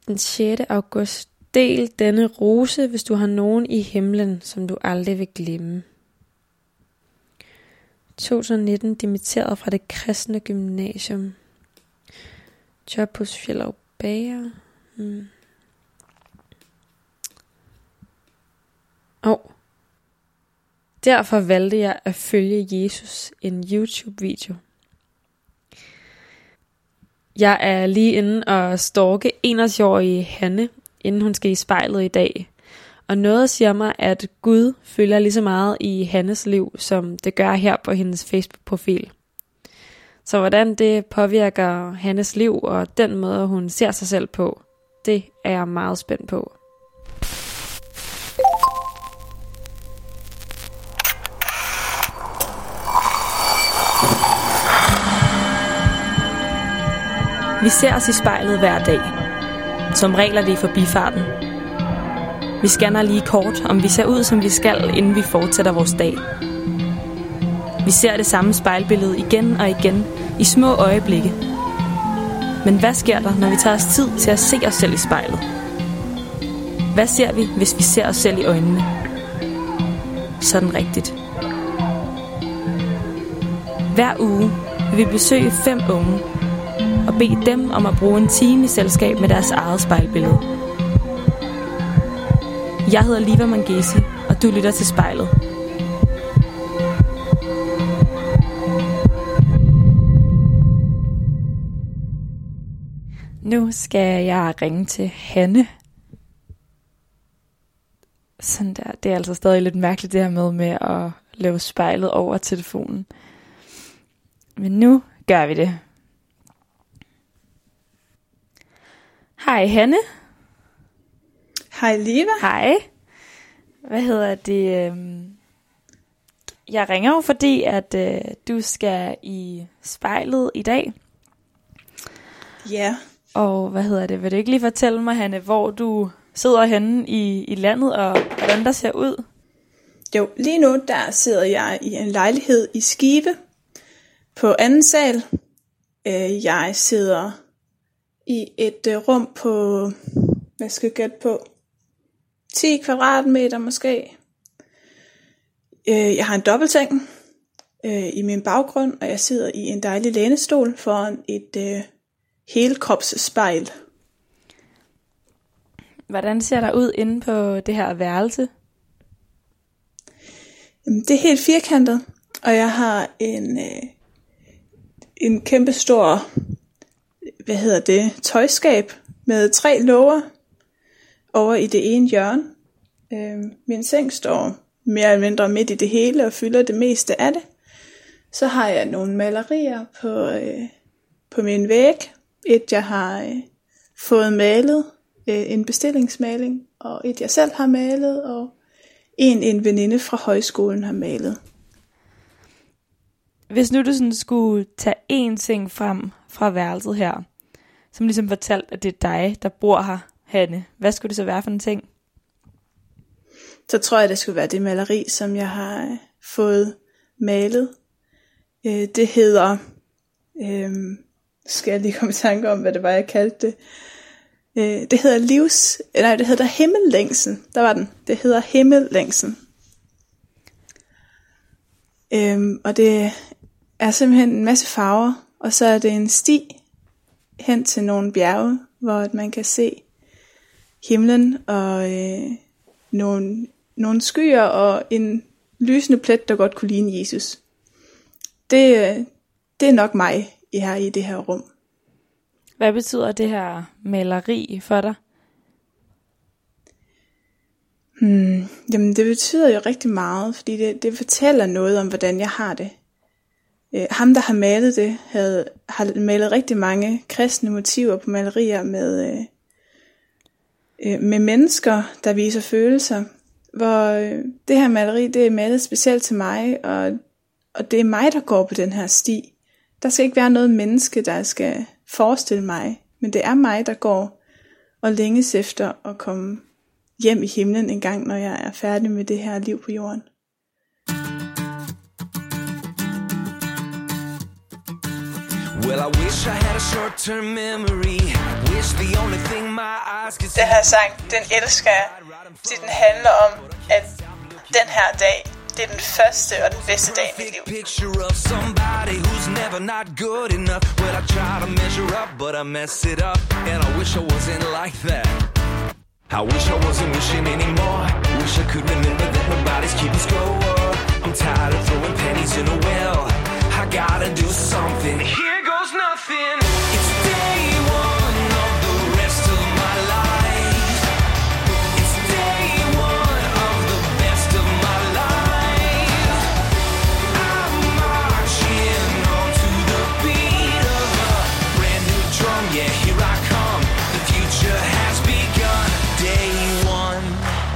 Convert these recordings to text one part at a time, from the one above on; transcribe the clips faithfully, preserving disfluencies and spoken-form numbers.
den sjette august. Del denne rose, hvis du har nogen i himlen, som du aldrig vil glemme. to tusind nitten dimitteret fra det kristne gymnasium. Job hos Fjellerup Bager. Hmm. Og derfor valgte jeg at følge Jesus en YouTube-video. Jeg er lige inde og stalke enogtyve-årige Hanne, inden hun skal i spejlet i dag. Og noget siger mig, at Gud følger lige så meget i Hannes liv, som det gør her på hendes Facebook-profil. Så hvordan det påvirker Hannes liv og den måde, hun ser sig selv på, det er jeg meget spændt på. Vi ser os i spejlet hver dag. Som regel er det i forbifarten. Vi scanner lige kort, om vi ser ud, som vi skal, inden vi fortsætter vores dag. Vi ser det samme spejlbillede igen og igen, i små øjeblikke. Men hvad sker der, når vi tager os tid til at se os selv i spejlet? Hvad ser vi, hvis vi ser os selv i øjnene? Sådan rigtigt. Hver uge vil vi besøge fem unge og bede dem om at bruge en time i selskab med deres eget spejlbillede. Jeg hedder Liva Mangesi, og du lytter til Spejlet. Nu skal jeg ringe til Hanne. Sådan der. Det er altså stadig lidt mærkeligt det her med, med at lave spejlet over telefonen. Men nu gør vi det. Hej Hanne. Hej Liva. Hej. Hvad hedder det? Jeg ringer jo fordi, at øh, du skal i spejlet i dag. Ja. Og hvad hedder det? Vil du ikke lige fortælle mig, Hanne, hvor du sidder henne i, i landet, og hvordan der ser ud? Jo, lige nu der sidder jeg i en lejlighed i Skive på anden sal. Jeg sidder i et rum på, hvad skal jeg gætte på, ti kvadratmeter måske. Jeg har en dobbeltseng i min baggrund, og jeg sidder i en dejlig lænestol foran et helkropsspejl. Hvordan ser der ud inde på det her værelse? Det er helt firkantet, og jeg har en, en kæmpe stor, hvad hedder det, tøjskab med tre låger over i det ene hjørne. Min seng står mere eller mindre midt i det hele og fylder det meste af det. Så har jeg nogle malerier på, på min væg. Et jeg har fået malet, en bestillingsmaling, og et jeg selv har malet, og en en veninde fra højskolen har malet. Hvis nu du sådan skulle tage én ting frem fra værelset her, som ligesom fortalt, at det er dig, der bor her, Hanne, hvad skulle det så være for en ting? Så tror jeg, det skulle være det maleri, som jeg har fået malet. Det hedder, øh, skal jeg lige komme i tanke om, hvad det var, jeg kaldte det. Det hedder livs, nej, det hedder himmellængsel. Der var den. Det hedder himmellængsel. Øhm, og det er simpelthen en masse farver, og så er det en sti hen til nogle bjerge, hvor man kan se himlen og øh, nogle, nogle skyer og en lysende plet, der godt kunne ligne Jesus. Det, det er nok mig her i det her rum. Hvad betyder det her maleri for dig? Hmm, jamen det betyder jo rigtig meget, fordi det, det fortæller noget om, hvordan jeg har det. Øh, ham, der har malet det, havde, har malet rigtig mange kristne motiver på malerier med, øh, øh, med mennesker, der viser følelser. Hvor øh, det her maleri, det er malet specielt til mig, og, og det er mig, der går på den her sti. Der skal ikke være noget menneske, der skal forestille mig, men det er mig, der går og længes efter at komme hjem i himlen en gang, når jeg er færdig med det her liv på jorden. Well, I wish I had a short-term memory. Wish the only thing my Den her sang, den elsker jeg, fordi den handler om, at den her dag, det er den første og den bedste dag i mit liv. Picture of somebody who's never not good enough. Well, I try to measure up, but I mess it up, and I wish I wasn't like that. I wish I wasn't wishing anymore. Wish I could remember that nobody's keeping score. I'm tired of throwing pennies in a well. I gotta do something. Here goes nothing. It's day one of the rest of my life. It's day one of the best of my life. I'm marching on to the beat of a brand new drum. Yeah, here I come. The future has begun. Day one.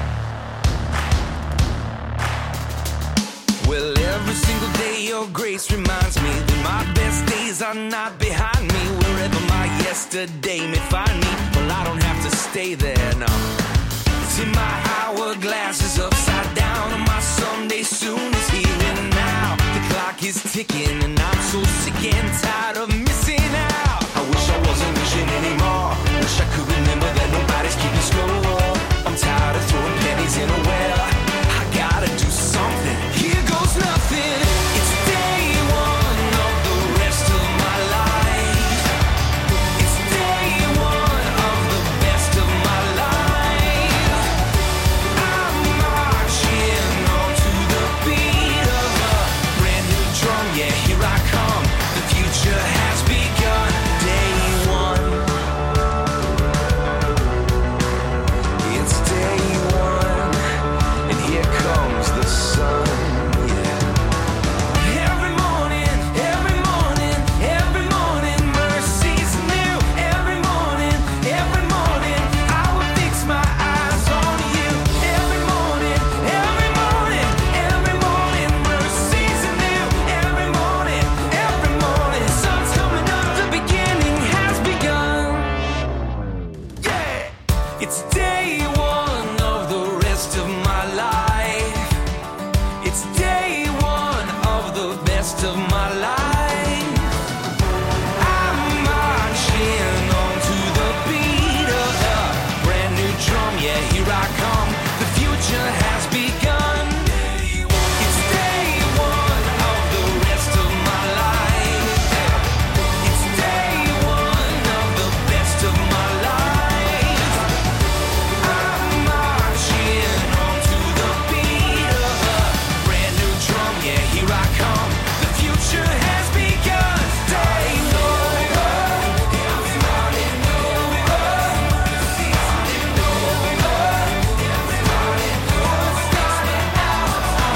Well, every single day your grace reminds me that my best days are not behind me. Wherever my yesterday may find me, well, I don't have to stay there, no. See, my hourglass is upside down, and my someday soon is here and now. The clock is ticking, and I'm so sick and tired of missing out. I wish I wasn't wishing anymore. Wish I could remember that nobody's keeping score. I'm tired of throwing pennies in a well. I gotta do something. Here goes nothing. It's day one of the rest of my life. It's day one of the best of my life. I'm marching on to the beat of a brand new drum. Yeah, here I come. The future has begun. Day one. It's day one, and here comes the sun. Every morning, every morning, every morning, mercy's new. Every morning, every morning, I will fix my eyes on you. Every morning, every morning, every morning, mercy's new. Every morning, every morning, sun's coming up, the beginning has begun. Yeah, it's day one of the rest of my life. It's day one of the best of my life. I'm marching on to the beat of a brand new drum. Yeah, here I come. The future has begun. It's day one of the rest of my life. It's day one of the best of my life. I'm marching on to the beat of a brand new drum. Yeah, here I come. The future has begun. Day one. Everybody know. Everybody know. Everybody knows. Starting now.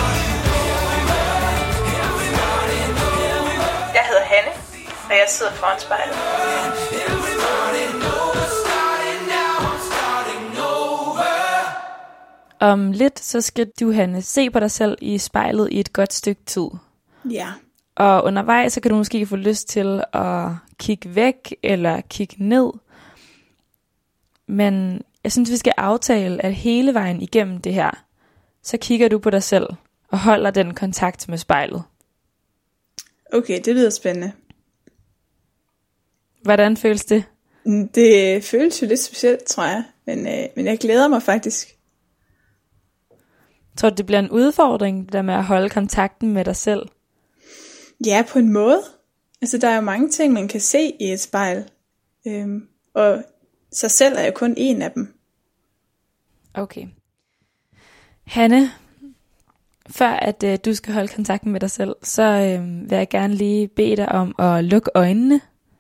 Everybody know. Jeg hedder Hanne, og jeg sidder foran spejlet. Everybody knows. Starting now. I'm starting over. Om lidt, så skal du, Hanne, se på dig selv i spejlet i et godt stykke tid. Ja, Og undervejs, så kan du måske få lyst til at kigge væk eller kigge ned. Men jeg synes, vi skal aftale, at hele vejen igennem det her, så kigger du på dig selv og holder den kontakt med spejlet. okay, det lyder spændende. Hvordan føles det? Det føles jo lidt specielt, tror jeg, men, øh, men jeg glæder mig faktisk. Tror du, det bliver en udfordring, det der med at holde kontakten med dig selv? Ja, på en måde. Altså, der er jo mange ting, man kan se i et spejl. Øhm, og sig selv er jo kun en af dem. Okay. Hanne, før at øh, du skal holde kontakten med dig selv, så øh, vil jeg gerne lige bede dig om at lukke øjnene.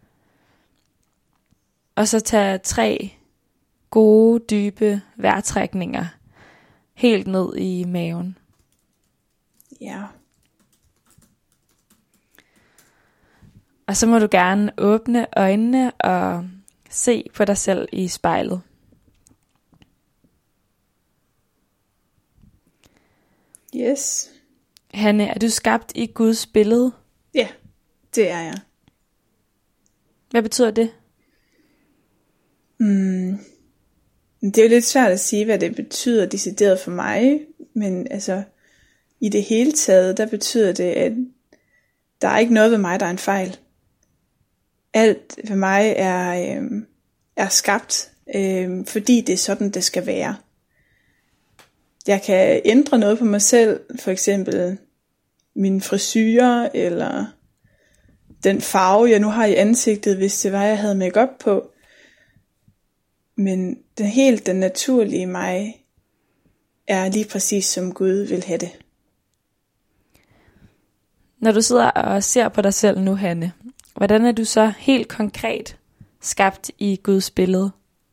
Og så tage tre gode, dybe vejrtrækninger helt ned i maven. Ja. Og så må du gerne åbne øjnene og se på dig selv i spejlet. Yes. Hanne, er du skabt i Guds billede? Ja, det er jeg. Hvad betyder det? Mm. Det er jo lidt svært at sige, hvad det betyder decideret for mig. Men altså, i det hele taget, der betyder det, at der er ikke noget ved mig, der er en fejl. Alt ved mig er, øh, er skabt øh, fordi det er sådan, det skal være. Jeg kan ændre noget på mig selv, for eksempel min frisyre, eller den farve, jeg nu har i ansigtet, hvis det var, jeg havde makeup på. Men den helt den naturlige mig, er lige præcis som Gud vil have det. Når du sidder og ser på dig selv nu, Hanne, hvordan er du så helt konkret skabt i Guds billede?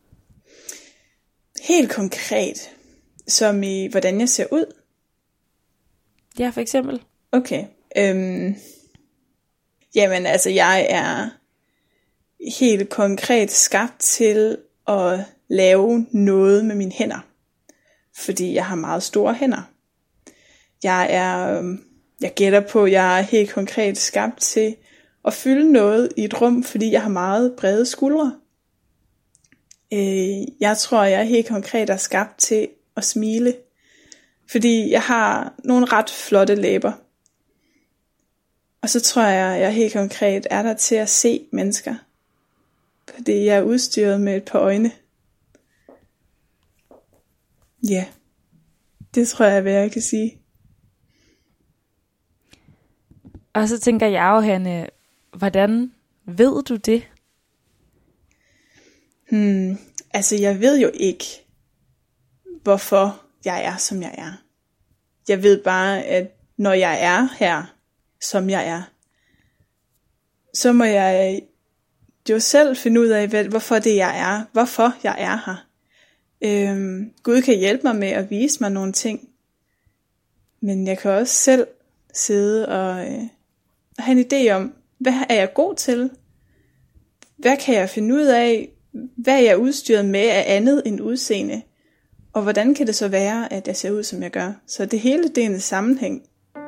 Helt konkret, som i hvordan jeg ser ud? Ja, for eksempel. Okay. Øhm, jamen altså, jeg er helt konkret skabt til at lave noget med mine hænder. Fordi jeg har meget store hænder. Jeg er, jeg gætter på, at jeg er helt konkret skabt til at fylde noget i et rum, fordi jeg har meget brede skuldre. Øh, jeg tror, jeg er helt konkret er skabt til at smile, fordi jeg har nogle ret flotte læber. Og så tror jeg, jeg helt konkret er der til at se mennesker, fordi jeg er udstyret med et par øjne. Ja, det tror jeg, hvad jeg kan sige. Og så tænker jeg jo, Hanne, hvordan ved du det? Hmm, altså jeg ved jo ikke, hvorfor jeg er, som jeg er. Jeg ved bare, at når jeg er her, som jeg er, så må jeg jo selv finde ud af, hvorfor det jeg er, hvorfor jeg er her. Øhm, Gud kan hjælpe mig med at vise mig nogle ting, men jeg kan også selv sidde og øh, have en idé om, hvad er jeg god til? Hvad kan jeg finde ud af? Hvad er jeg udstyret med af andet end udseende? Og hvordan kan det så være, at jeg ser ud, som jeg gør? Så det hele, det er en sammenhæng.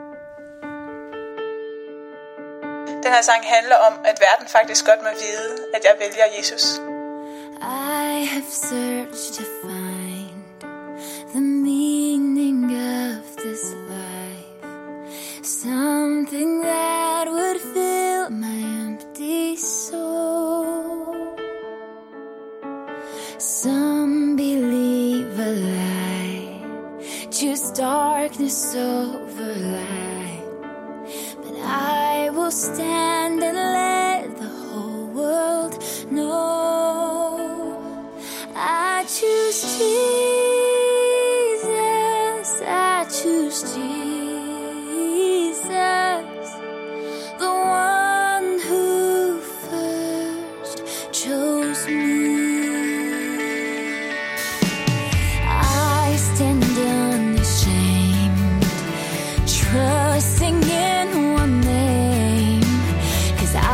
Den her sang handler om, at verden faktisk godt må vide, at jeg vælger Jesus. I have searched to find the meaning of this life, something that would fill my empty soul. Some believe a lie, choose darkness over light, but I will stand and let the whole world know. I choose Jesus, I choose Jesus, the one who first chose me. I stand unashamed, trusting in one name, 'cause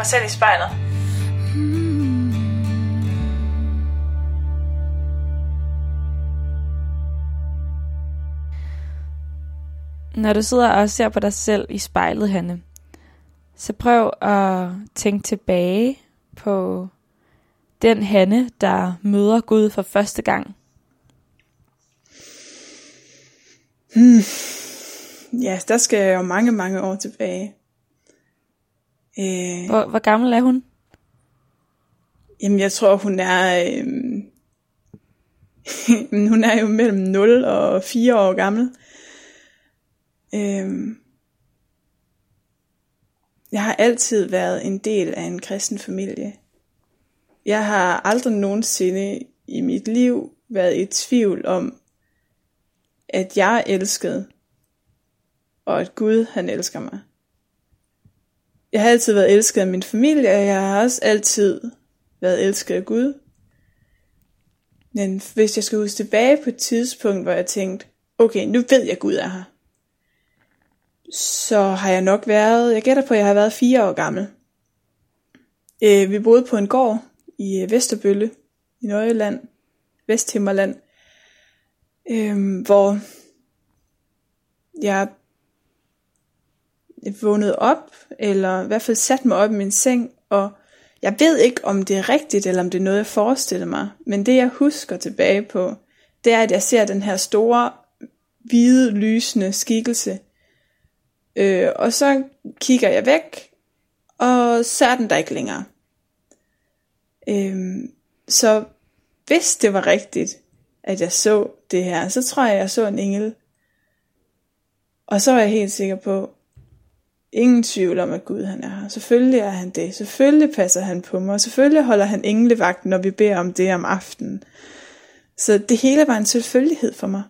selv i spejlet. Når du sidder og ser på dig selv i spejlet, Hanne, så prøv at tænke tilbage på den Hanne, der møder Gud for første gang. Hmm. Ja, der skal jeg jo mange, mange år tilbage. Øh, Hvor, hvor gammel er hun? jamen, jeg tror, hun er... Øh, hun er jo mellem nul og fire år gammel. Øh, jeg har altid været en del af en kristen familie. Jeg har aldrig nogensinde i mit liv været i tvivl om, at jeg er elsket, og at Gud, han elsker mig. Jeg har altid været elsket af min familie, og jeg har også altid været elsket af Gud. Men hvis jeg skal huske tilbage på et tidspunkt, hvor jeg tænkte, okay, nu ved jeg, at Gud er her, så har jeg nok været, jeg gætter på, at jeg har været fire år gammel. Øh, vi boede på en gård i Vesterbølle, i Nordjylland, Vesthimmerland, øh, hvor jeg vågnede op, eller i hvert fald satte mig op i min seng, og jeg ved ikke, om det er rigtigt, eller om det er noget, jeg forestiller mig, men det, jeg husker tilbage på, det er, at jeg ser den her store, hvide, lysende skikkelse, øh, og så kigger jeg væk, og så er den der ikke længere. Øh, så hvis det var rigtigt, at jeg så det her, så tror jeg, at jeg så en engel. Og så er jeg helt sikker på, ingen tvivl om, at Gud han er her. Selvfølgelig er han det. Selvfølgelig passer han på mig. Selvfølgelig holder han englevagt, når vi beder om det om aftenen. Så det hele var en selvfølgelighed for mig.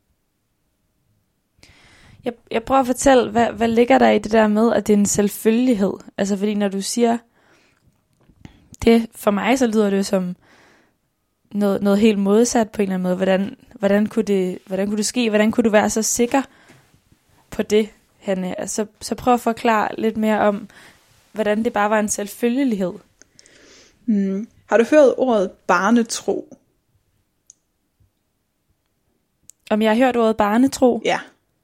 Jeg, jeg prøver at fortælle, hvad, hvad ligger der i det der med, at det er en selvfølgelighed? Altså fordi når du siger det, for mig så lyder det som noget, noget helt modsat på en eller anden måde. Hvordan, hvordan, kunne det, hvordan kunne det ske? Hvordan kunne du være så sikker på det, Hanne? Altså, så prøv at forklare lidt mere om, hvordan det bare var en selvfølgelighed. Hmm. Har du hørt ordet barnetro? Om jeg har hørt ordet barnetro? Ja.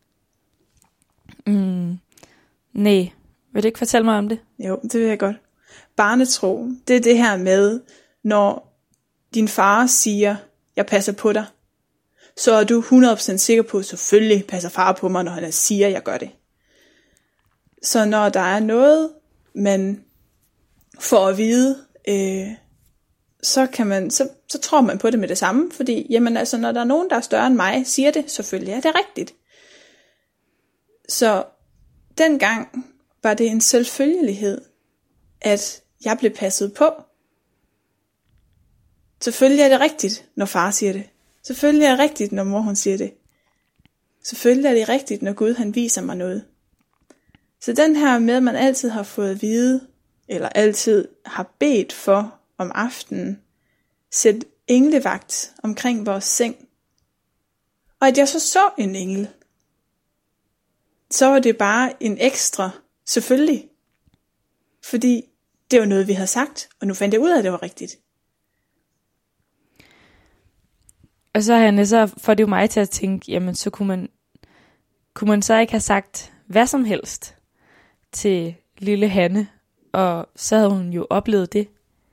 Mm, nej. Vil du ikke fortælle mig om det? Jo, det vil jeg godt. Barnetro, det er det her med, når din far siger, jeg passer på dig, så er du hundrede procent sikker på, at selvfølgelig passer far på mig, når han siger, at jeg gør det. Så når der er noget, man får at vide, øh, så, kan man, så, så tror man på det med det samme, fordi jamen, altså, når der er nogen, der er større end mig, siger det, selvfølgelig er det rigtigt. Så dengang var det en selvfølgelighed, at jeg blev passet på. Selvfølgelig er det rigtigt, når far siger det. Selvfølgelig er det rigtigt, når mor hun siger det. Selvfølgelig er det rigtigt, når Gud han viser mig noget. Så den her med, at man altid har fået at vide, eller altid har bedt for om aftenen, sæt englevagt omkring vores seng. Og at jeg så så en engel, så var det bare en ekstra selvfølgelig. Fordi det var noget, vi havde sagt, og nu fandt jeg ud af, at det var rigtigt. Og så, Hanne, så får det jo mig til at tænke, jamen så kunne man, kunne man så ikke have sagt hvad som helst til lille Hanne, og så havde hun jo oplevet det.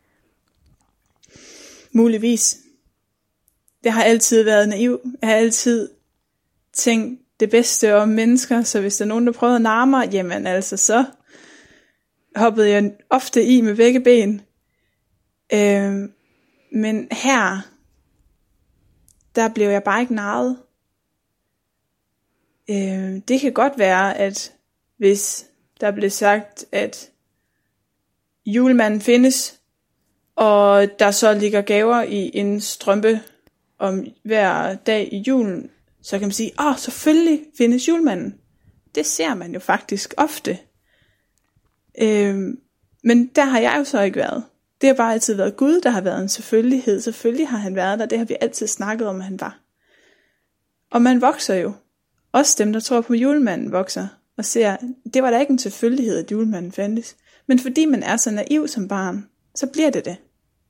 Muligvis. Jeg har altid været naiv. Jeg har altid tænkt det bedste om mennesker, så hvis der er nogen, der prøvede at narre mig, jamen altså så hoppede jeg ofte i med begge ben. Øh, men her, der blev jeg bare ikke narret. Øh, det kan godt være, at hvis der blev sagt, at julemanden findes, og der så ligger gaver i en strømpe om hver dag i julen, så kan man sige, åh, selvfølgelig findes julemanden. Det ser man jo faktisk ofte. Øh, men der har jeg jo så ikke været. Det har bare altid været Gud, der har været en selvfølgelighed. Selvfølgelig har han været der, det har vi altid snakket om, at han var. Og man vokser jo. Også dem, der tror på julemanden, vokser og ser, det var da ikke en selvfølgelighed, at julemanden fandtes. Men fordi man er så naiv som barn, så bliver det det.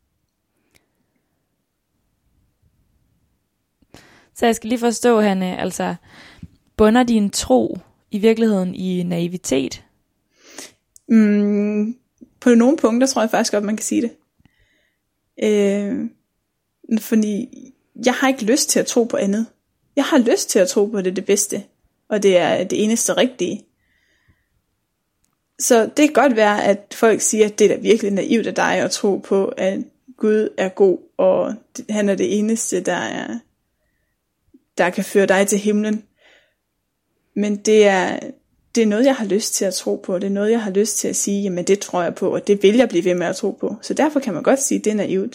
Så jeg skal lige forstå, Hanne, altså bunder din tro i virkeligheden i naivitet? Mm, på nogle punkter tror jeg faktisk godt, man kan sige det. Øh, fordi jeg har ikke lyst til at tro på andet. Jeg har lyst til at tro på det, det bedste, og det er det eneste rigtige. Så det kan godt være, at folk siger, at det er da virkelig naivt af dig at tro på, at Gud er god, og han er det eneste, der er, der kan føre dig til himlen. Men det er, det er noget, jeg har lyst til at tro på. Det er noget, jeg har lyst til at sige, jamen det tror jeg på, og det vil jeg blive ved med at tro på. Så derfor kan man godt sige, at det er naivt.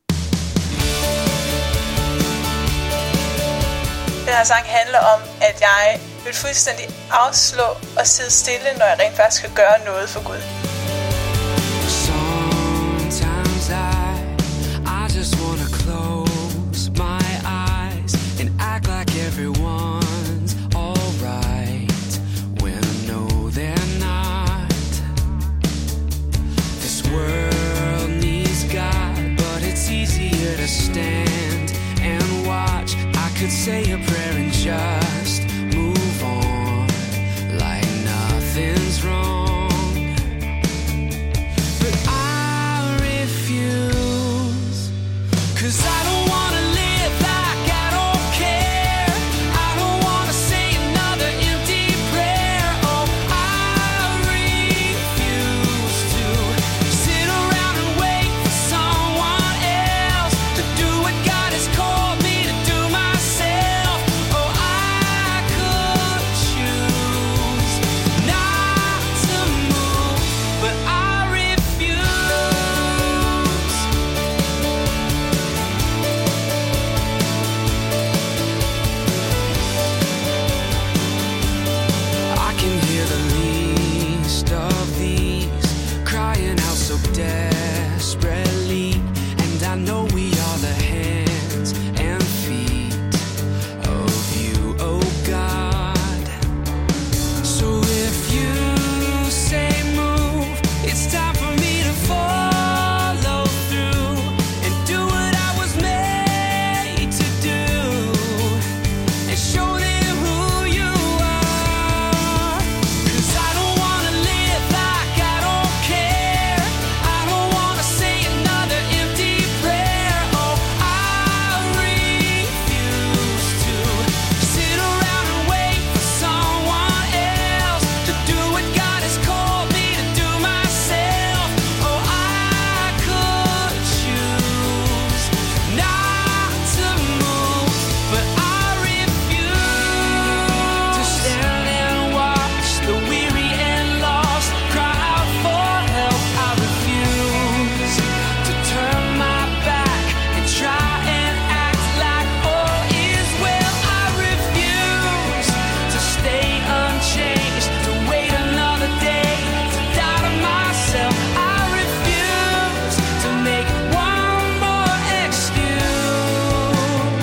Den her sang handler om, at jeg vil fuldstændig afslå og sidde stille, når jeg rent faktisk skal gøre noget for Gud. Sometimes I, I just wanna close my eyes and act like everyone's alright when I know they're not. This world needs God, but it's easier to stand and watch. I could say a prayer and just move on like nothing's wrong. But I refuse, 'cause I don't wanna live like I don't care. I don't wanna say another empty prayer. Oh, I refuse to sit around and wait for someone else to do what God has called me to do myself. Oh, I could choose not to move, but I refuse. I can hear the least of these crying out so desperately, and I know we are the hands and feet of you, oh God. So if you say move, it's time for me to follow through and do what I was made to do and show them who you are. 'Cause I don't wanna live like I don't care. I don't wanna say another empty prayer. Oh, I refuse to sit around and wait for someone else to do what God has called me to do myself. Oh, I could choose not to move, but I refuse to stand and watch the weary and lost cry out for help. I refuse to turn my back and try and act like all is well. I refuse to stay unchanged, to wait another day, to die to myself. I refuse to make one more excuse.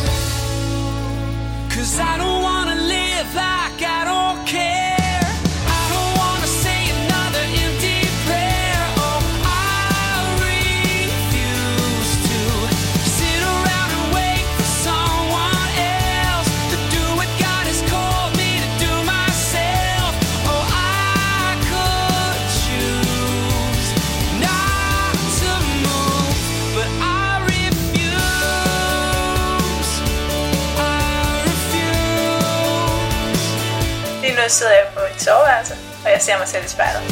'Cause I don't wanna live like I don't care. I don't wanna say another empty prayer. Oh, I refuse to sit around and wait for someone else to do what God has called me to do myself. Oh, I could choose not to move, but I refuse. I refuse. Lige nu sidder jeg på et soveværelse, og jeg ser mig selv i spejlet.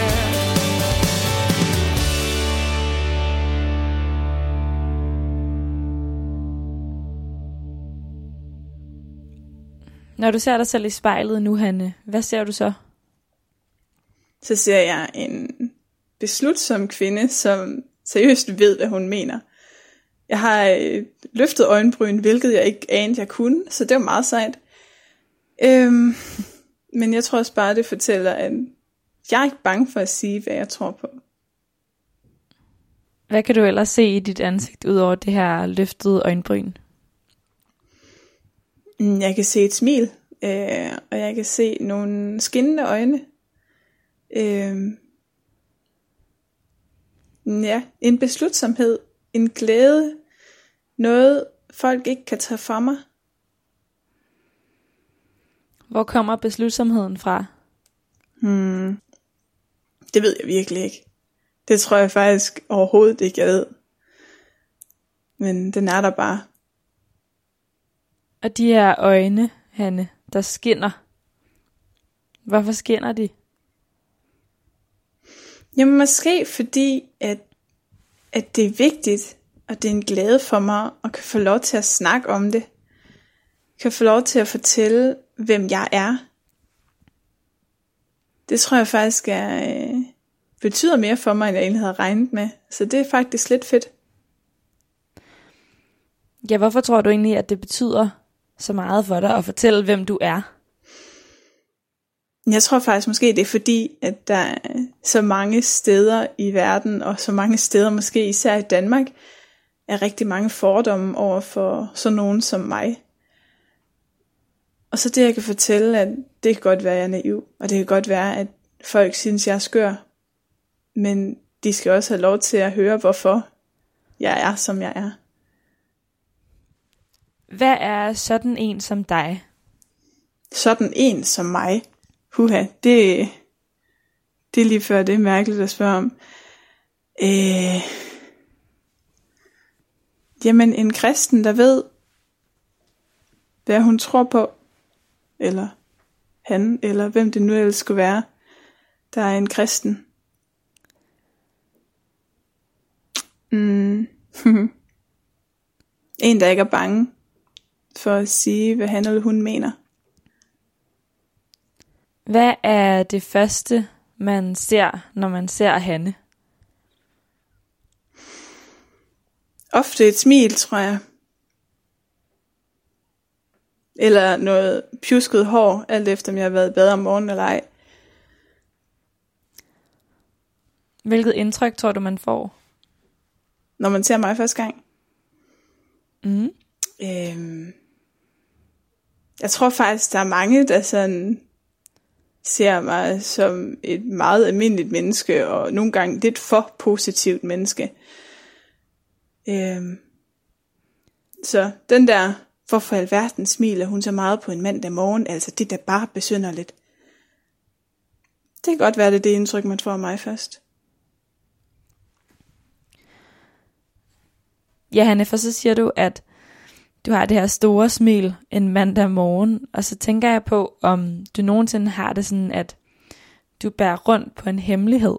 Når du ser dig selv i spejlet nu, Hanne, hvad ser du så? Så ser jeg en beslutsom kvinde, som seriøst ved, hvad hun mener. Jeg har øh, løftet øjenbryn, hvilket jeg ikke anede, jeg kunne, så det var meget sejt. Øhm, men jeg tror også bare, det fortæller, at jeg er ikke bange for at sige, hvad jeg tror på. Hvad kan du ellers se i dit ansigt, ud over det her løftede øjenbryn? Mm, Jeg kan se et smil, øh, og jeg kan se nogle skinnende øjne. Øh, ja, en beslutsomhed, en glæde, noget folk ikke kan tage fra mig. Hvor kommer beslutsomheden fra? Hmm. Det ved jeg virkelig ikke. Det tror jeg faktisk overhovedet ikke, jeg ved. Men den er der bare. Og de her øjne, Hanne, der skinner. Hvorfor skinner de? Jamen måske fordi, at, at det er vigtigt, og det er en glæde for mig, at kan få lov til at snakke om det. Kan få lov til at fortælle, hvem jeg er. Det tror jeg faktisk er, øh, betyder mere for mig, end jeg egentlig havde regnet med. Så det er faktisk lidt fedt. Ja, hvorfor tror du egentlig, at det betyder så meget for dig at fortælle, hvem du er? Jeg tror faktisk måske, det er fordi, at der er så mange steder i verden, og så mange steder måske især i Danmark, er rigtig mange fordomme over for sådan nogen som mig. Og så det, jeg kan fortælle, at det kan godt være, at jeg er naiv, og det kan godt være, at folk synes, jeg er skør. Men de skal også have lov til at høre, hvorfor jeg er, som jeg er. Hvad er sådan en som dig? Sådan en som mig? Huha, det, det er lige før, det er mærkeligt at spørge om. Øh, jamen, en kristen, der ved, hvad hun tror på, eller han, eller hvem det nu ellers skulle være, der er en kristen. Mm. En, der ikke er bange for at sige, hvad han eller hun mener. Hvad er det første, man ser, når man ser Hanne? Ofte et smil, tror jeg. Eller noget pjusket hår, alt efter om jeg har været i bad om morgenen eller ej. Hvilket indtryk tror du, man får? Når man ser mig første gang? Mm. Øhm, jeg tror faktisk, der er mange, der sådan ser mig som et meget almindeligt menneske, og nogle gange lidt for positivt menneske. Øhm, så den der, hvorfor alverden smiler hun så meget på en mandag morgen, altså det der bare besynderligt. Det kan godt være, det er det indtryk, man får af mig først. Ja, Hanne, for så siger du, at du har det her store smil en mandag morgen, og så tænker jeg på, om du nogensinde har det sådan, at du bærer rundt på en hemmelighed.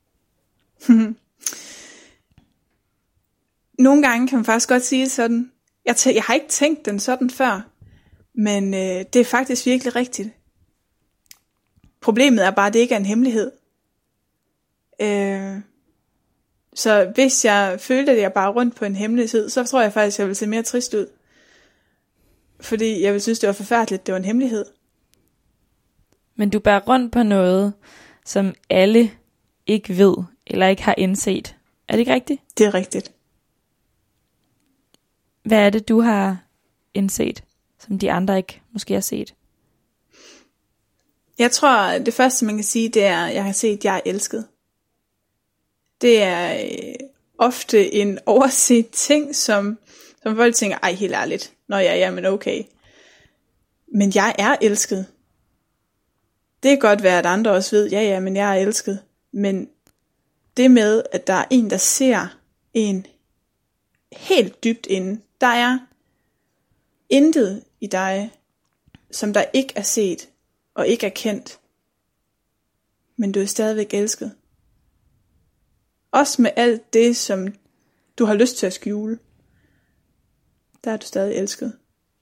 Nogle gange kan man faktisk godt sige sådan. Jeg, tæ- jeg har ikke tænkt den sådan før, men øh, det er faktisk virkelig rigtigt. Problemet er bare, at det ikke er en hemmelighed. Øh, så hvis jeg følte, at jeg bare rundt på en hemmelighed, så tror jeg faktisk, at jeg ville se mere trist ud. Fordi jeg ville synes, det var forfærdeligt, det var en hemmelighed. Men du bærer rundt på noget, som alle ikke ved, eller ikke har indset. Er det ikke rigtigt? Det er rigtigt. Hvad er det, du har indset, som de andre ikke måske har set? Jeg tror, det første, man kan sige, det er, at jeg har set, at jeg er elsket. Det er øh, ofte en overset ting, som, som folk tænker, ej, helt ærligt, når jeg er, jamen okay. Men jeg er elsket. Det kan godt være, at andre også ved, ja, ja, men jeg er elsket. Men det med, at der er en, der ser en helt dybt inde, der er intet i dig, som der ikke er set og ikke er kendt, men du er stadigvæk elsket. Også med alt det, som du har lyst til at skjule, der er du stadig elsket.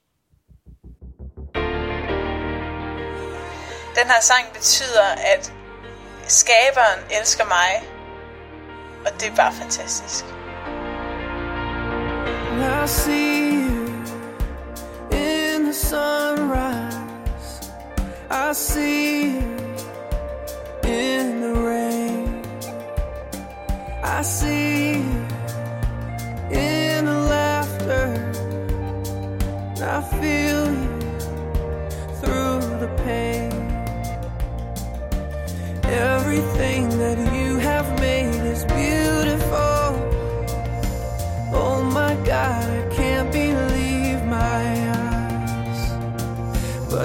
Den her sang betyder, at skaberen elsker mig, og det er bare fantastisk. I see you in the sunrise. I see you in the rain. I see you in the laughter. I feel you through the pain. Everything that you have made is beautiful.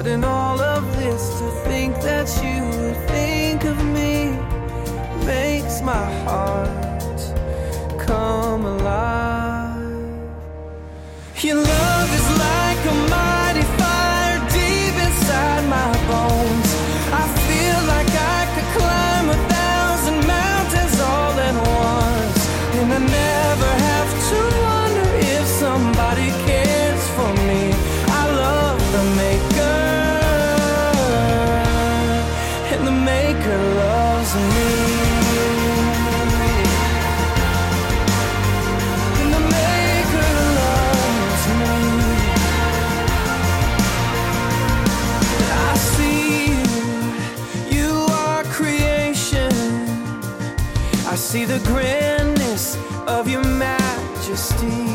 But in all of this, to think that you would think of me makes my heart come alive. Your love is like a mighty fire deep inside my bones. I feel like I could climb a thousand mountains all at once, and I never have to wonder if somebody cares for me. I love the maker, and the maker loves me. And the maker loves me. I see you, you are creation. I see the grandness of your majesty.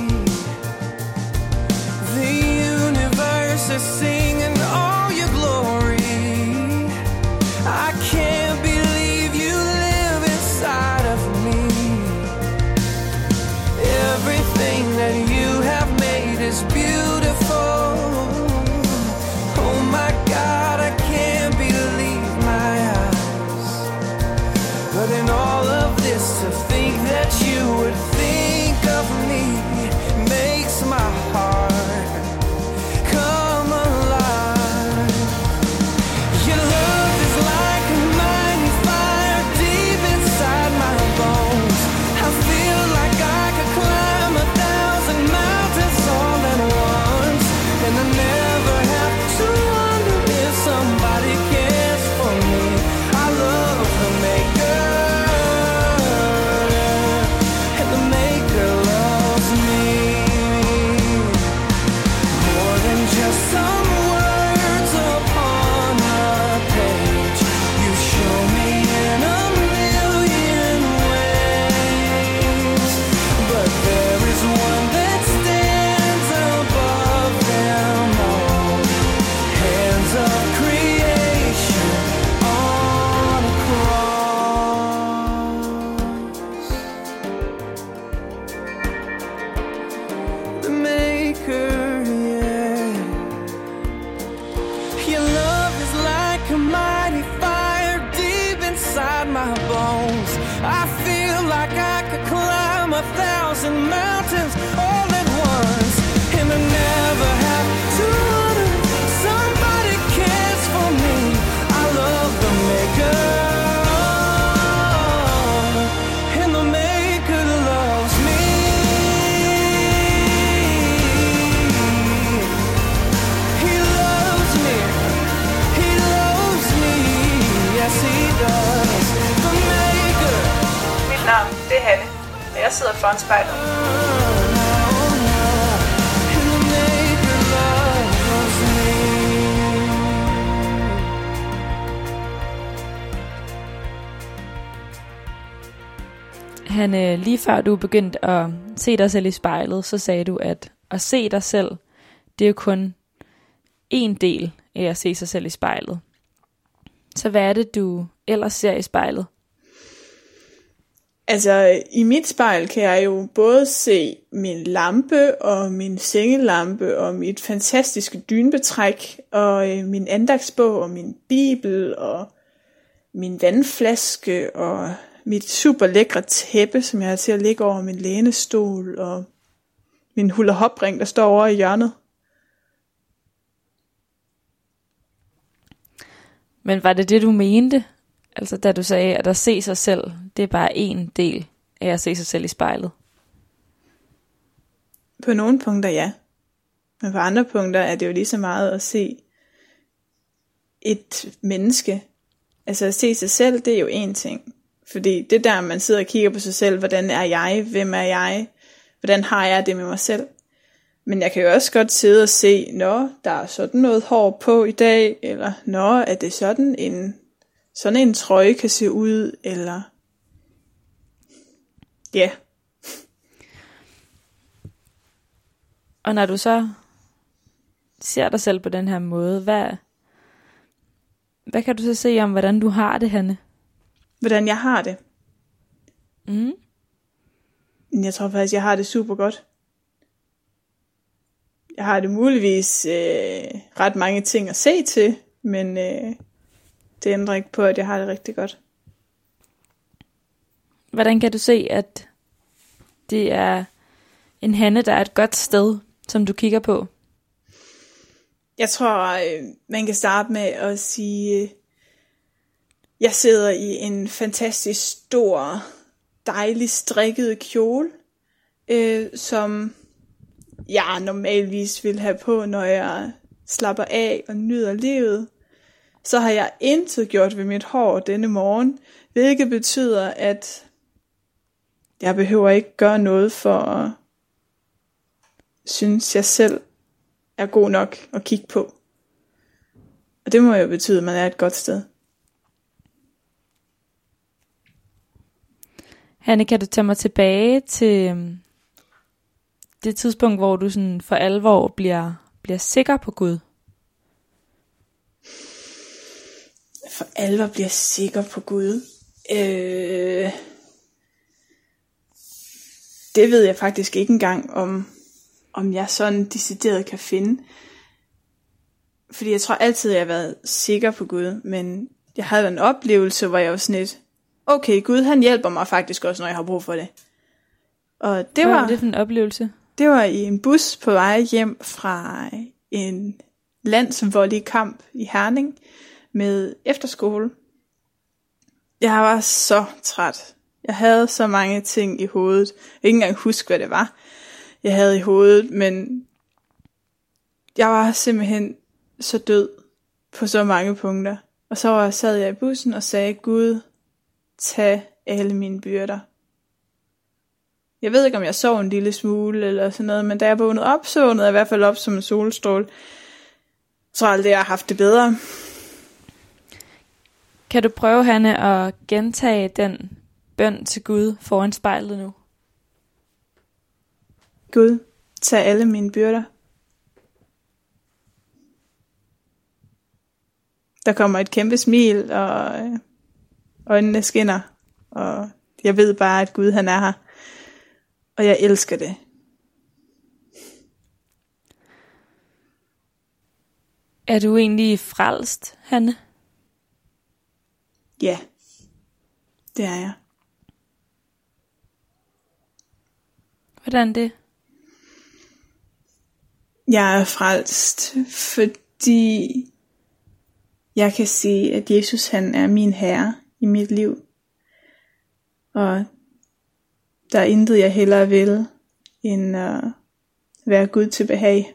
The universe is singing all your glory. I can't believe you live inside of me. Everything that you have made is beautiful. Oh my God, I can't believe my eyes. But in all of this, to think that you would think of me makes my heart come alive. Your love is like a mighty fire deep inside my bones. I feel like I could climb a thousand mountains all at once, and I never have to wonder if somebody cares for me. I love the maker, and the maker loves me. More than just some words upon a page, you show me in a million ways. But there is one that stands above them all, hands of creation on a cross. The maker, yeah. Your love is like a mighty fire deep inside my bones. I feel like I could climb a thousand mountains all at once, and I never have to wonder if somebody cares for me. I love the maker, and the maker loves me. He loves me, he loves me, yes he does. The maker. Mit navn, det er Hanne, og jeg sidder foran spejlet. And the maker loves me. Han, øh, lige før du begyndte at se dig selv i spejlet, så sagde du, at at se dig selv, det er jo kun en del af at se sig selv i spejlet. Så hvad er det, du ellers ser i spejlet? Altså, i mit spejl kan jeg jo både se min lampe og min sengelampe og mit fantastiske dynbetræk og øh, min andagsbog og min bibel og min vandflaske og mit super lækre tæppe, som jeg har til at ligge over min lænestol og min hula hop-ring, der står over i hjørnet. Men var det det, du mente? Altså da du sagde, at at se sig selv, det er bare en del af at se sig selv i spejlet. På nogle punkter ja, men på andre punkter er det jo lige så meget at se et menneske. Altså at se sig selv, det er jo en ting. Fordi det der, man sidder og kigger på sig selv, hvordan er jeg, hvem er jeg, hvordan har jeg det med mig selv. Men jeg kan jo også godt sidde og se, nå, der er sådan noget hår på i dag, eller nå, er det sådan en, sådan en trøje kan se ud, eller ja. Yeah. Og når du så ser dig selv på den her måde, hvad, hvad kan du så se om, hvordan du har det, Hanne? Hvordan jeg har det? Mm. Jeg tror faktisk, jeg har det super godt. Jeg har det muligvis øh, ret mange ting at se til, men øh, det ændrer ikke på, at jeg har det rigtig godt. Hvordan kan du se, at det er en Hanne, der er et godt sted, som du kigger på? Jeg tror, øh, man kan starte med at sige, øh, jeg sidder i en fantastisk stor, dejlig strikket kjole, øh, som jeg normalvis vil have på, når jeg slapper af og nyder livet. Så har jeg intet gjort ved mit hår denne morgen, hvilket betyder, at jeg behøver ikke gøre noget for at synes, jeg selv er god nok at kigge på. Og det må jo betyde, at man er et godt sted. Hanne, kan du tage mig tilbage til det tidspunkt, hvor du sådan for alvor bliver, bliver sikker på Gud? For alvor bliver sikker på Gud? Øh, det ved jeg faktisk ikke engang, om, om jeg sådan decideret kan finde. Fordi jeg tror altid, jeg har været sikker på Gud, men jeg havde en oplevelse, hvor jeg var sådan lidt, okay, Gud han hjælper mig faktisk også, når jeg har brug for det. Og det Hvad var, var det for en oplevelse? Det var i en bus på vej hjem fra en landsvolleykamp i Herning med efterskole. Jeg var så træt. Jeg havde så mange ting i hovedet. Jeg kan ikke engang huske, hvad det var, jeg havde i hovedet, men jeg var simpelthen så død på så mange punkter. Og så sad jeg i bussen og sagde, Gud, tag alle mine byrder. Jeg ved ikke, om jeg sov en lille smule eller sådan noget, men da jeg vågnede op, så vågnede jeg i hvert fald op som en solstråle. Jeg tror aldrig, jeg har haft det bedre. Kan du prøve, Hanne, at gentage den bøn til Gud foran spejlet nu? Gud, tag alle mine byrder. Der kommer et kæmpe smil, og øjnene skinner, og jeg ved bare, at Gud han er her. Og jeg elsker det. Er du egentlig frelst, Hanne? Ja, det er jeg. Hvordan det? Jeg er frelst, fordi jeg kan se, at Jesus han er min herre i mit liv. Og der er intet jeg hellere vil, end at være Gud til behag.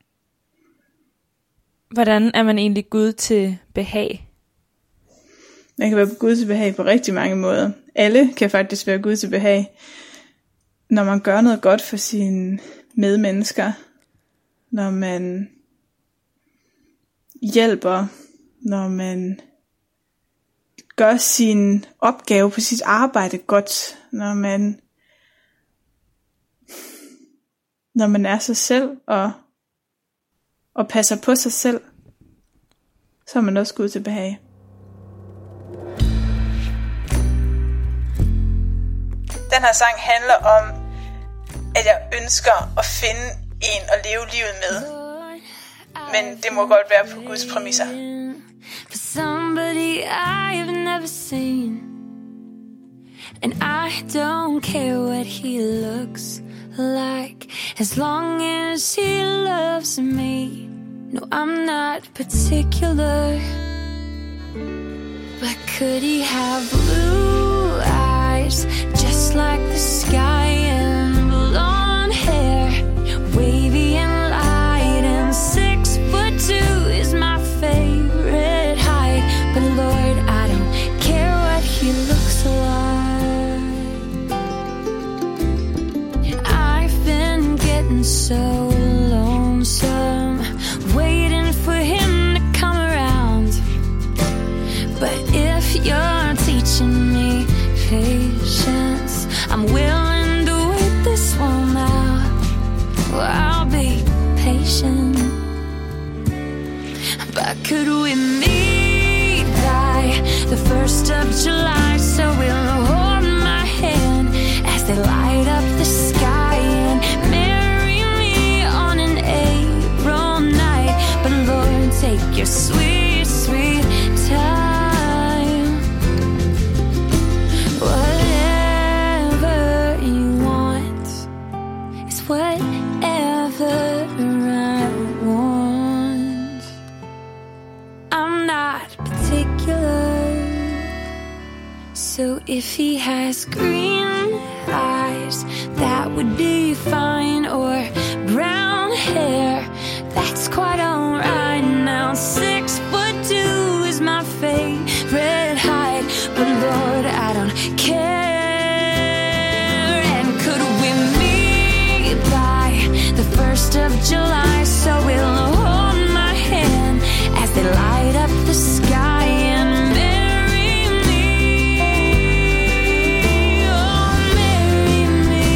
Hvordan er man egentlig Gud til behag? Man kan være Gud til behag på rigtig mange måder. Alle kan faktisk være Gud til behag. Når man gør noget godt for sine medmennesker. Når man hjælper. Når man gør sin opgave på sit arbejde godt. Når man, når man er sig selv og, og passer på sig selv. Så er man også Gud til behag. Den her sang handler om, at jeg ønsker at finde en at leve livet med. Men det må godt være på Guds præmisser. For somebody I've never seen, and I don't care what he looks like, as long as he loves me. No, I'm not particular, but could he have blue eyes just like the sky, and blonde hair, wavy and light, and six foot two is my favorite height. But Lord, I don't care what he looks like. I've been getting so lonesome, waiting for him to come around. But if you're teaching me patience, I'm willing to wait this one out. I'll be patient. But could we meet by the first of July, so we'll hold my hand as they light up the sky and marry me whatever I want. I'm not particular, so if he has green eyes, that would be fine, or brown hair, that's quite alright. Now six foot two is my favorite height, but Lord, I don't care. And could we meet by the first of July, so we'll hold my hand as they light up the sky and marry me. Oh, marry me.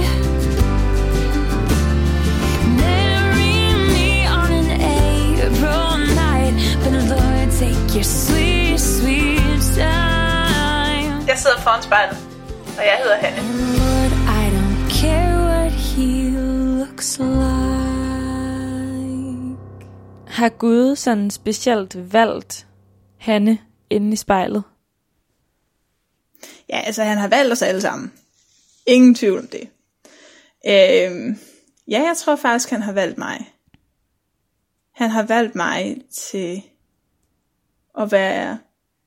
Marry me on an April night, but Lord, take your sweet, sweet time. Jeg sidder foran spejlet, og jeg hedder Hanne. And Lord, I don't care what he looks like. Har Gud sådan specielt valgt Hanne inde i spejlet? Ja, altså han har valgt os alle sammen. Ingen tvivl om det. Øhm, ja, jeg tror faktisk, han har valgt mig. Han har valgt mig til at være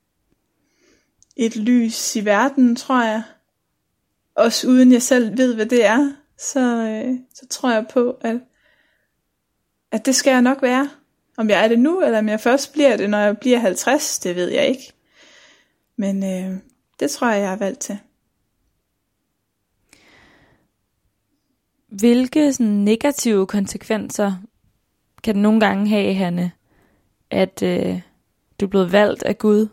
et lys i verden, tror jeg. Også uden jeg selv ved, hvad det er, så, øh, så tror jeg på, at, at det skal jeg nok være. Om jeg er det nu, eller om jeg først bliver det, når jeg bliver halvtreds, det ved jeg ikke. Men øh, det tror jeg, jeg er valgt til. Hvilke sådan, negative konsekvenser kan det nogle gange have, Hanne, at øh, du er blevet valgt af Gud?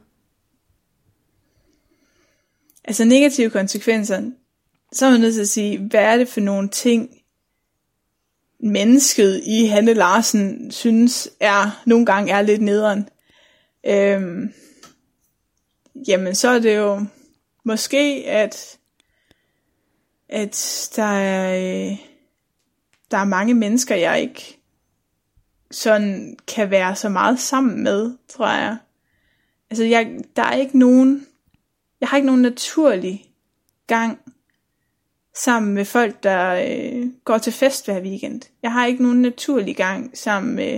Altså negative konsekvenser, så er man nødt til at sige, hvad er det for nogle ting, mennesket i Hanne Larsen synes er nogle gange er lidt nederen. Øhm, jamen så er det jo måske at at der er øh, der er mange mennesker jeg ikke sådan kan være så meget sammen med, tror jeg. Altså jeg der er ikke nogen jeg har ikke nogen naturlig gang sammen med folk, der øh, går til fest hver weekend. Jeg har ikke nogen naturlig gang sammen med,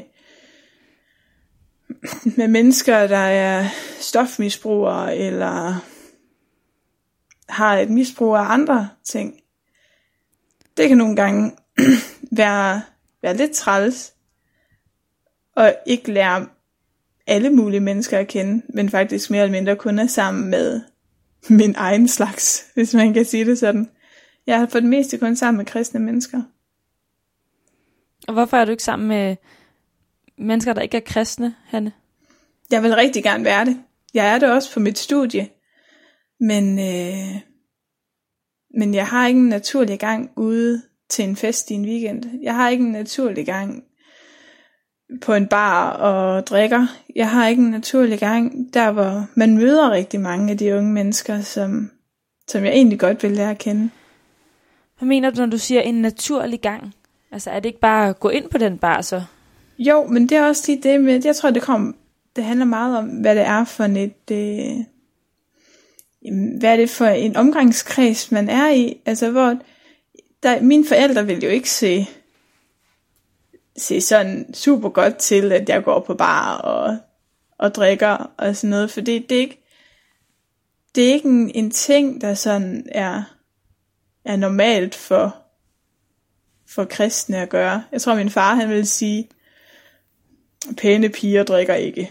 med mennesker, der er stofmisbrugere, eller har et misbrug af andre ting. Det kan nogle gange være, være lidt træls, og ikke lære alle mulige mennesker at kende, men faktisk mere eller mindre kun er sammen med min egen slags, hvis man kan sige det sådan. Jeg har for det meste kun sammen med kristne mennesker. Og hvorfor er du ikke sammen med mennesker, der ikke er kristne, Hanne? Jeg vil rigtig gerne være det. Jeg er det også på mit studie. Men, øh, men jeg har ikke en naturlig gang ude til en fest i en weekend. Jeg har ikke en naturlig gang på en bar og drikker. Jeg har ikke en naturlig gang der, hvor man møder rigtig mange af de unge mennesker, som, som jeg egentlig godt vil lære at kende. Hvad mener du, når du siger en naturlig gang? Altså er det ikke bare at gå ind på den bar så? Jo, men det er også lige det med, jeg tror det kom, det handler meget om, hvad det er for et, øh, hvad er det for en omgangskreds, man er i. Altså hvor, der, mine forældre vil jo ikke se, se sådan super godt til, at jeg går på bar og, og drikker og sådan noget, for det, det er ikke, det er ikke en, en ting, der sådan er, er normalt for, for kristne at gøre. Jeg tror, min far, han vil sige, pæne piger drikker ikke.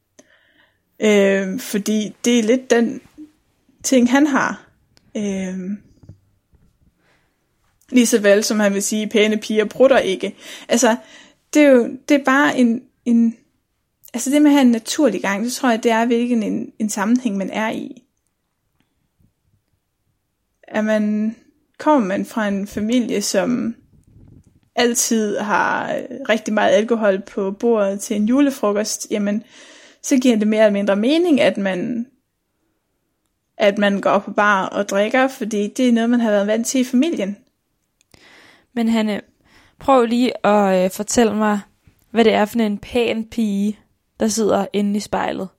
Øh, fordi det er lidt den ting, han har. Øh, lige så vel som han vil sige, pæne piger prutter ikke. Altså, det er jo det er bare en, en altså det med at have en naturlig gang, det tror jeg, det er hvilken en, en sammenhæng, man er i. At man kommer man fra en familie, som altid har rigtig meget alkohol på bordet til en julefrokost, jamen, så giver det mere eller mindre mening, at man, at man går på bar og drikker, fordi det er noget, man har været vant til i familien. Men Hanne, prøv lige at øh, fortælle mig, hvad det er for en pæn pige, der sidder inde i spejlet.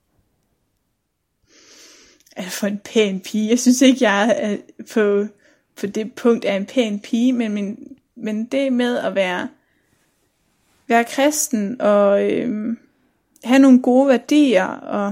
Altså for en pæn pige, jeg synes ikke, jeg er på, på det punkt er en pæn pige, men min, men det med at være, være kristen og øh, have nogle gode værdier og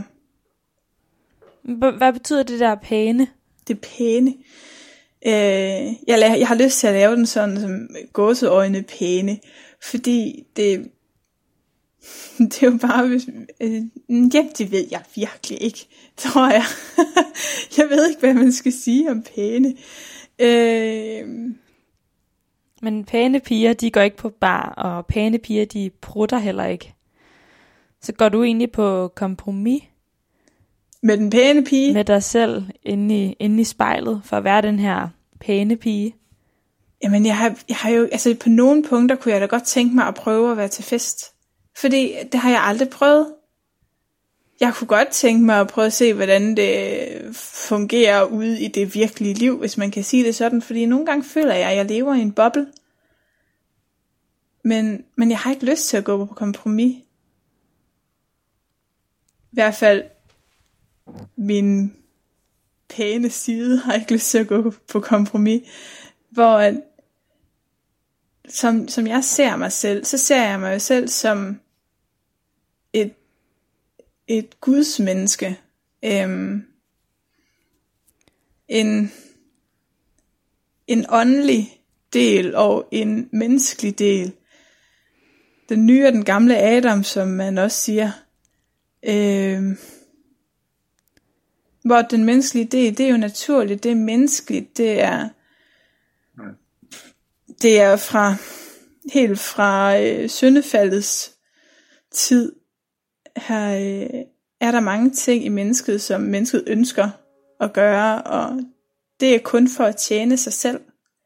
Hvad betyder det der pæne? det pæne. Øh, jeg, la- jeg har lyst til at lave den sådan som gåseøjne pæne, fordi det, det er jo bare, hvis, øh, ja, det ved jeg virkelig ikke, tror jeg. Jeg ved ikke, hvad man skal sige om pæne. Øh, Men pæne piger, de går ikke på bar, og pæne piger, de prutter heller ikke. Så går du egentlig på kompromis med den pæne pige. med dig selv inde i, inde i spejlet, for at være den her pæne pige? Jamen, jeg har, jeg har jo, altså på nogle punkter kunne jeg da godt tænke mig at prøve at være til fest. Fordi det har jeg aldrig prøvet. Jeg kunne godt tænke mig at prøve at se, hvordan det fungerer ude i det virkelige liv, hvis man kan sige det sådan. Fordi nogle gange føler jeg, at jeg lever i en boble. Men, men jeg har ikke lyst til at gå på kompromis. I hvert fald min pæne side har ikke lyst til at gå på kompromis. Hvor at, som, som jeg ser mig selv, så ser jeg mig jo selv som et, et gudsmenneske. Øhm, en, en åndelig del og en menneskelig del. Den nye og den gamle Adam, som man også siger. Øhm, hvor den menneskelige del, det er jo naturligt, det er menneskeligt, det er det er fra helt fra øh, syndefaldets tid. Her øh, er der mange ting i mennesket, som mennesket ønsker at gøre, og det er kun for at tjene sig selv.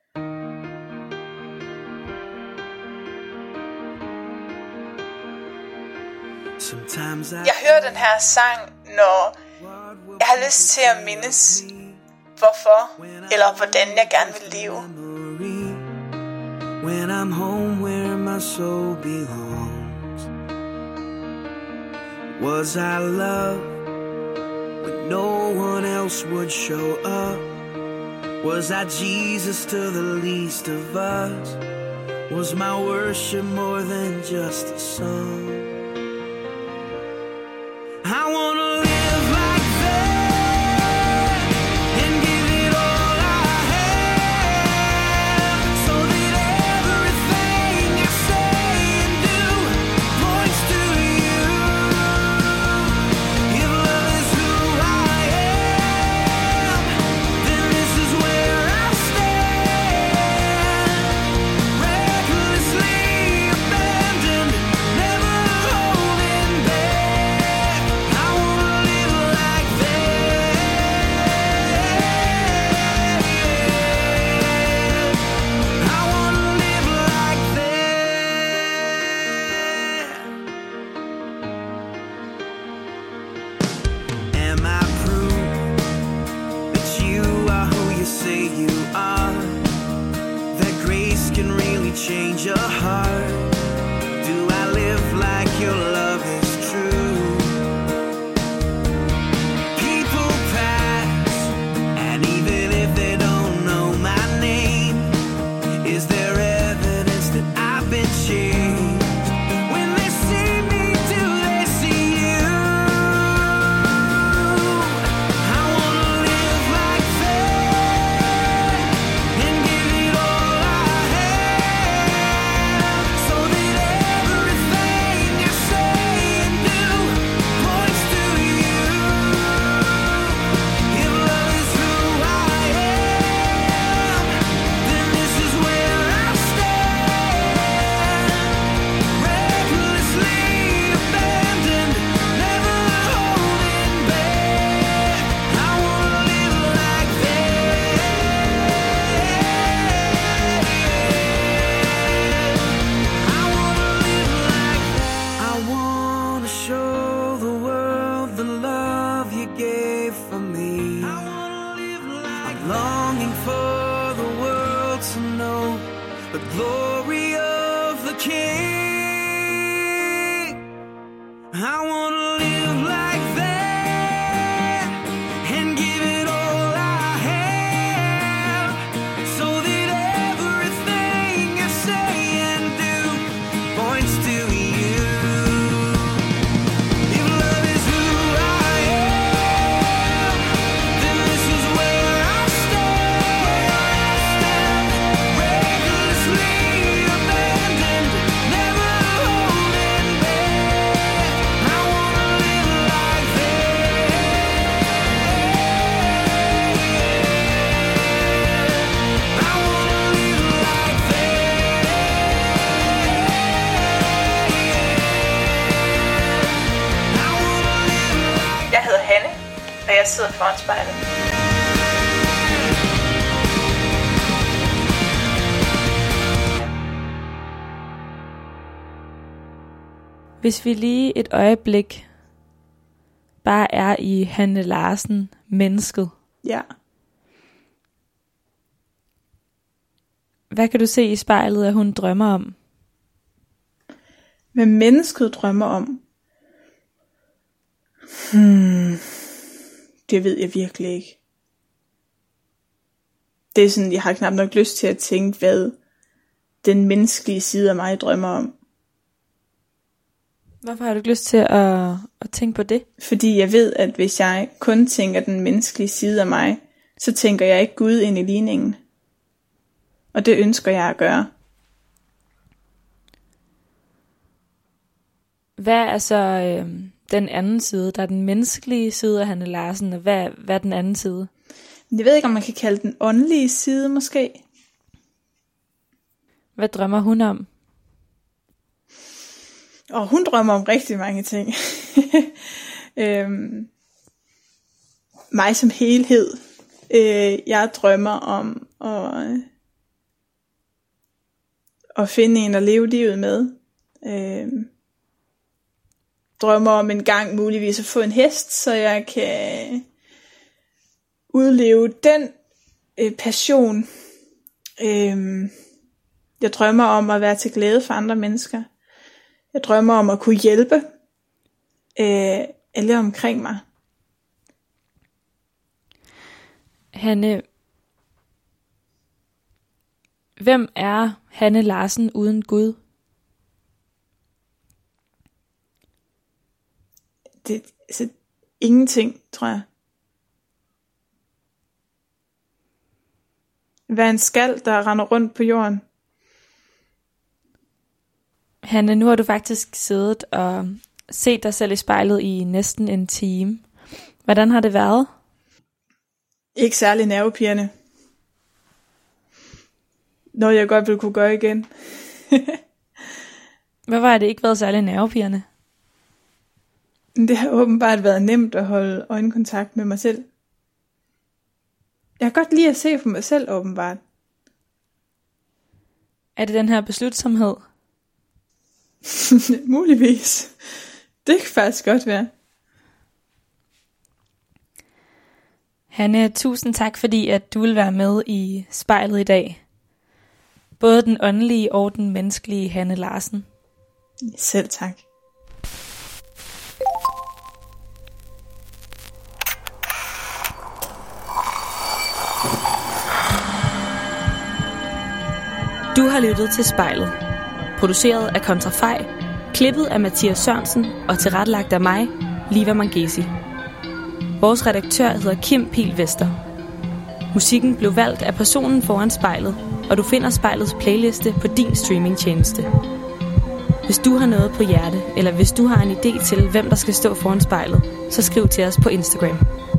Jeg hører den her sang, når jeg har lyst til at mindes, hvorfor eller hvordan jeg gerne vil leve. When I'm home where my soul belongs, was I loved when no one else would show up? Was I Jesus to the least of us? Was my worship more than just a song? I wanna live like that and give it all I have, so that everything I say and do points to you. If love is who I am, then this is where I stand, recklessly abandoned, never holding back. I wanna live like that. I wanna live like that. Am I proof that you are who you say you are? That grace can really change a heart? Do I live like your love is true? People pass, and even if they don't know my name, is there evidence that I've been changed? When they see me, do they see you? I wanna live like that and give it all I have, so that everything I say and do points to you. If love is who I am, then this is where I stand, recklessly abandoned, never holding back. I wanna live like that. I wanna live like that. I wanna show the world the love you gave for me. I wanna live like I'm longing for the world to know the glory of the King. I wanna live like that and give it all I have, so that everything I jeg sidder foran spejlet. Hvis vi lige et øjeblik bare er i Hanne Larsen, mennesket. Ja. Hvad kan du se i spejlet, at hun drømmer om? Hvad mennesket drømmer om? Hmm. Det ved jeg virkelig ikke. Det er sådan, jeg har knap nok lyst til at tænke, hvad den menneskelige side af mig drømmer om. Hvorfor har du ikke lyst til at, at tænke på det? Fordi jeg ved, at hvis jeg kun tænker den menneskelige side af mig, så tænker jeg ikke Gud ind i ligningen. Og det ønsker jeg at gøre. Hvad er så øh, den anden side? Der er den menneskelige side af Hanne Larsen, og hvad, hvad er den anden side? Jeg ved ikke, om man kan kalde den åndelige side måske. Hvad drømmer hun om? Og hun drømmer om rigtig mange ting. øhm, mig som helhed. Øh, jeg drømmer om at, at finde en at leve livet med. Øh, drømmer om en gang muligvis at få en hest, så jeg kan udleve den øh, passion. Øh, jeg drømmer om at være til glæde for andre mennesker. Jeg drømmer om at kunne hjælpe øh, alle omkring mig. Hanne, hvem er Hanne Larsen uden Gud? Det altså, ingenting, tror jeg. Hvad en skal, der render rundt på jorden. Hanne, nu har du faktisk siddet og set dig selv i spejlet i næsten en time. Hvordan har det været? Ikke særlig nervepirrende. Noget jeg godt ville kunne gøre igen. Hvorfor har det ikke været særlig nervepirrende? Det har åbenbart været nemt at holde øjenkontakt med mig selv. Jeg kan godt lide at se på mig selv, åbenbart. Er det den her beslutsomhed? Muligvis. Det kan faktisk godt være. Hanne, tusind tak, fordi at du vil være med i spejlet i dag. Både den åndelige og den menneskelige Hanne Larsen. Selv tak. Du har lyttet til Spejlet. Produceret af Kontrafej, klippet af Mathias Sørensen og tilrettelagt af mig, Liva Mangesi. Vores redaktør hedder Kim Pihl Vester. Musikken blev valgt af personen foran spejlet, og du finder spejlets playliste på din streamingtjeneste. Hvis du har noget på hjerte, eller hvis du har en idé til, hvem der skal stå foran spejlet, så skriv til os på Instagram.